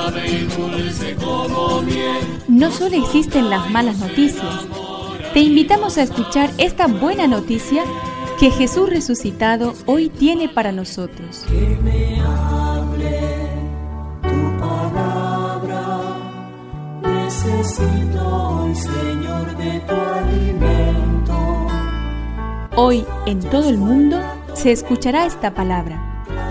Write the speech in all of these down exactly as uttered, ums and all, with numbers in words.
No solo existen las malas noticias. Te invitamos a escuchar esta buena noticia que Jesús resucitado hoy tiene para nosotros. Que me hable tu palabra, necesito hoy, Señor, de tu alimento. Hoy en todo el mundo se escuchará esta palabra.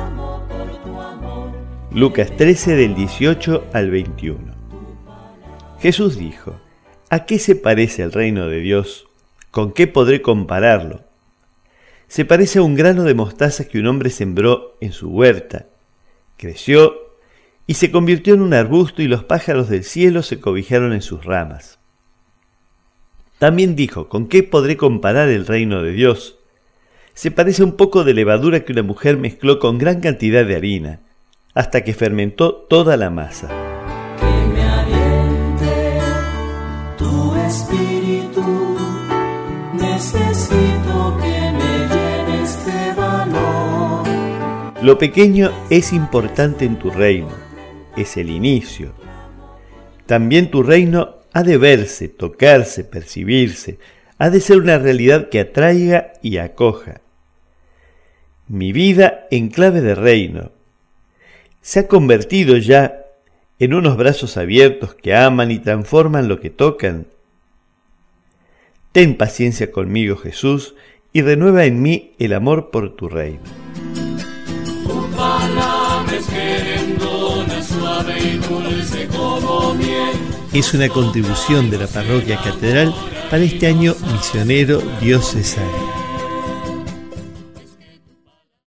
Lucas trece del dieciocho al veintiuno. Jesús dijo: ¿a qué se parece el reino de Dios? ¿Con qué podré compararlo? Se parece a un grano de mostaza que un hombre sembró en su huerta. Creció y se convirtió en un arbusto y los pájaros del cielo se cobijaron en sus ramas. También dijo: ¿con qué podré comparar el reino de Dios? Se parece a un poco de levadura que una mujer mezcló con gran cantidad de harina, hasta que fermentó toda la masa. Que me aliente tu espíritu, necesito que me llenes de valor. Lo pequeño es importante en tu reino, es el inicio. También tu reino ha de verse, tocarse, percibirse, ha de ser una realidad que atraiga y acoja. Mi vida en clave de reino se ha convertido ya en unos brazos abiertos que aman y transforman lo que tocan. Ten paciencia conmigo, Jesús, y renueva en mí el amor por tu reino. Tu palabra es querendona, suave y dulce como miel. Es una contribución de la Parroquia Catedral para este año misionero diocesano.